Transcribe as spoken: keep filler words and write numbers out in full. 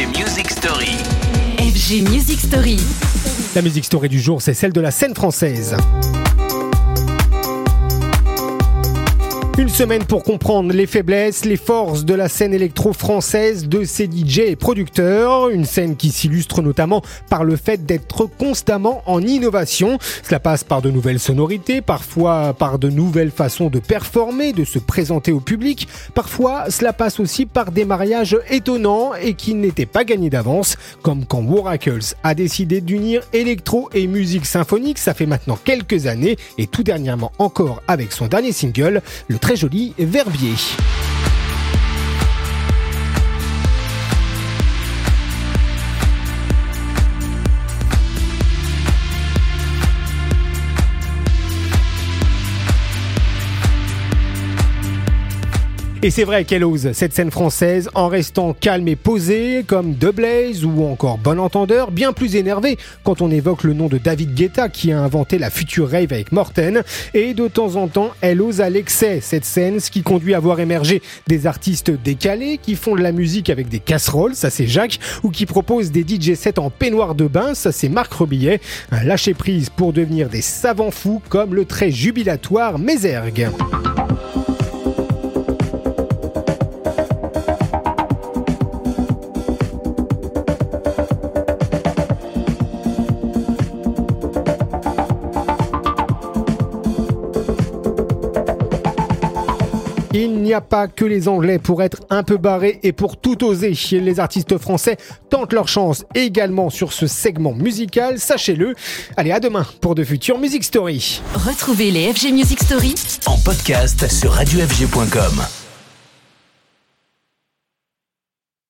G Music Story. F G Music Story. La musique story du jour, c'est celle de la scène française. Une semaine pour comprendre les faiblesses, les forces de la scène électro-française, de ses D J et producteurs. Une scène qui s'illustre notamment par le fait d'être constamment en innovation. Cela passe par de nouvelles sonorités, parfois par de nouvelles façons de performer, de se présenter au public. Parfois, cela passe aussi par des mariages étonnants et qui n'étaient pas gagnés d'avance, comme quand Waracles a décidé d'unir électro et musique symphonique. Ça fait maintenant quelques années et tout dernièrement encore avec son dernier single, le très joli Verbier. Et c'est vrai qu'elle ose cette scène française en restant calme et posée, comme The Blaze ou encore Bon Entendeur, bien plus énervé quand on évoque le nom de David Guetta qui a inventé la future rave avec Morten. Et de temps en temps, elle ose à l'excès cette scène, ce qui conduit à voir émerger des artistes décalés qui font de la musique avec des casseroles, ça c'est Jacques, ou qui proposent des D J sets en peignoir de bain, ça c'est Marc Rebillet. Un lâcher prise pour devenir des savants fous comme le très jubilatoire Mézergue. Il n'y a pas que les Anglais pour être un peu barrés et pour tout oser. Les artistes français tentent leur chance également sur ce segment musical, sachez-le. Allez, à demain pour de futures Music Story. Retrouvez les F G Music Story En podcast sur radio f g point com.